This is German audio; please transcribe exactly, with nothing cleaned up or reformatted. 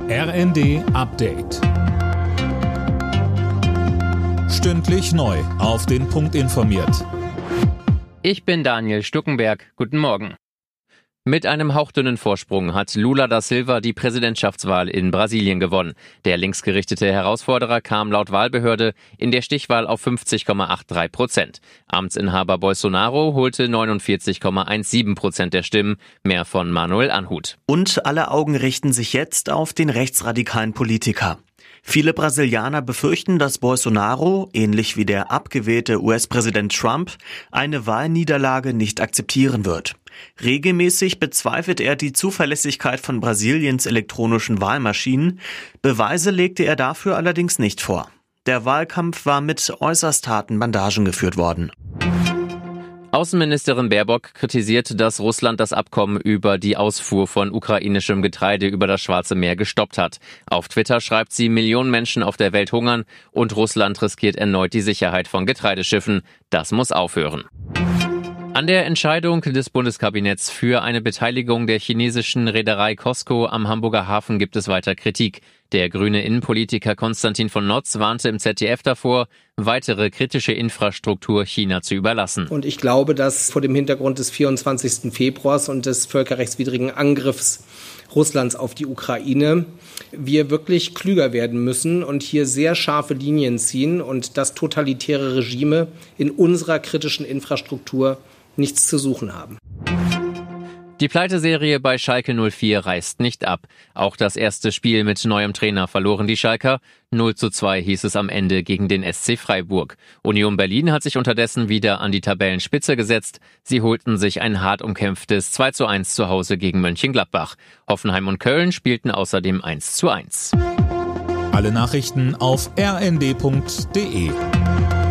R N D Update. Stündlich neu auf den Punkt informiert. Ich bin Daniel Stuckenberg. Guten Morgen. Mit einem hauchdünnen Vorsprung hat Lula da Silva die Präsidentschaftswahl in Brasilien gewonnen. Der linksgerichtete Herausforderer kam laut Wahlbehörde in der Stichwahl auf fünfzig Komma dreiundachtzig Prozent. Amtsinhaber Bolsonaro holte neunundvierzig Komma siebzehn Prozent der Stimmen, mehr von Manuel Anhut. Und alle Augen richten sich jetzt auf den rechtsradikalen Politiker. Viele Brasilianer befürchten, dass Bolsonaro, ähnlich wie der abgewählte U S-Präsident Trump, eine Wahlniederlage nicht akzeptieren wird. Regelmäßig bezweifelt er die Zuverlässigkeit von Brasiliens elektronischen Wahlmaschinen. Beweise legte er dafür allerdings nicht vor. Der Wahlkampf war mit äußerst harten Bandagen geführt worden. Außenministerin Baerbock kritisiert, dass Russland das Abkommen über die Ausfuhr von ukrainischem Getreide über das Schwarze Meer gestoppt hat. Auf Twitter schreibt sie, Millionen Menschen auf der Welt hungern und Russland riskiert erneut die Sicherheit von Getreideschiffen. Das muss aufhören. An der Entscheidung des Bundeskabinetts für eine Beteiligung der chinesischen Reederei COSCO am Hamburger Hafen gibt es weiter Kritik. Der grüne Innenpolitiker Konstantin von Notz warnte im Z D F davor, weitere kritische Infrastruktur China zu überlassen. Und ich glaube, dass vor dem Hintergrund des vierundzwanzigsten Februars und des völkerrechtswidrigen Angriffs Russlands auf die Ukraine wir wirklich klüger werden müssen und hier sehr scharfe Linien ziehen und dass totalitäre Regime in unserer kritischen Infrastruktur nichts zu suchen haben. Die Pleiteserie bei Schalke null vier reißt nicht ab. Auch das erste Spiel mit neuem Trainer verloren die Schalker. null zu zwei hieß es am Ende gegen den S C Freiburg. Union Berlin hat sich unterdessen wieder an die Tabellenspitze gesetzt. Sie holten sich ein hart umkämpftes zwei zu eins zu Hause gegen Mönchengladbach. Hoffenheim und Köln spielten außerdem eins zu eins. Alle Nachrichten auf r n d punkt d e.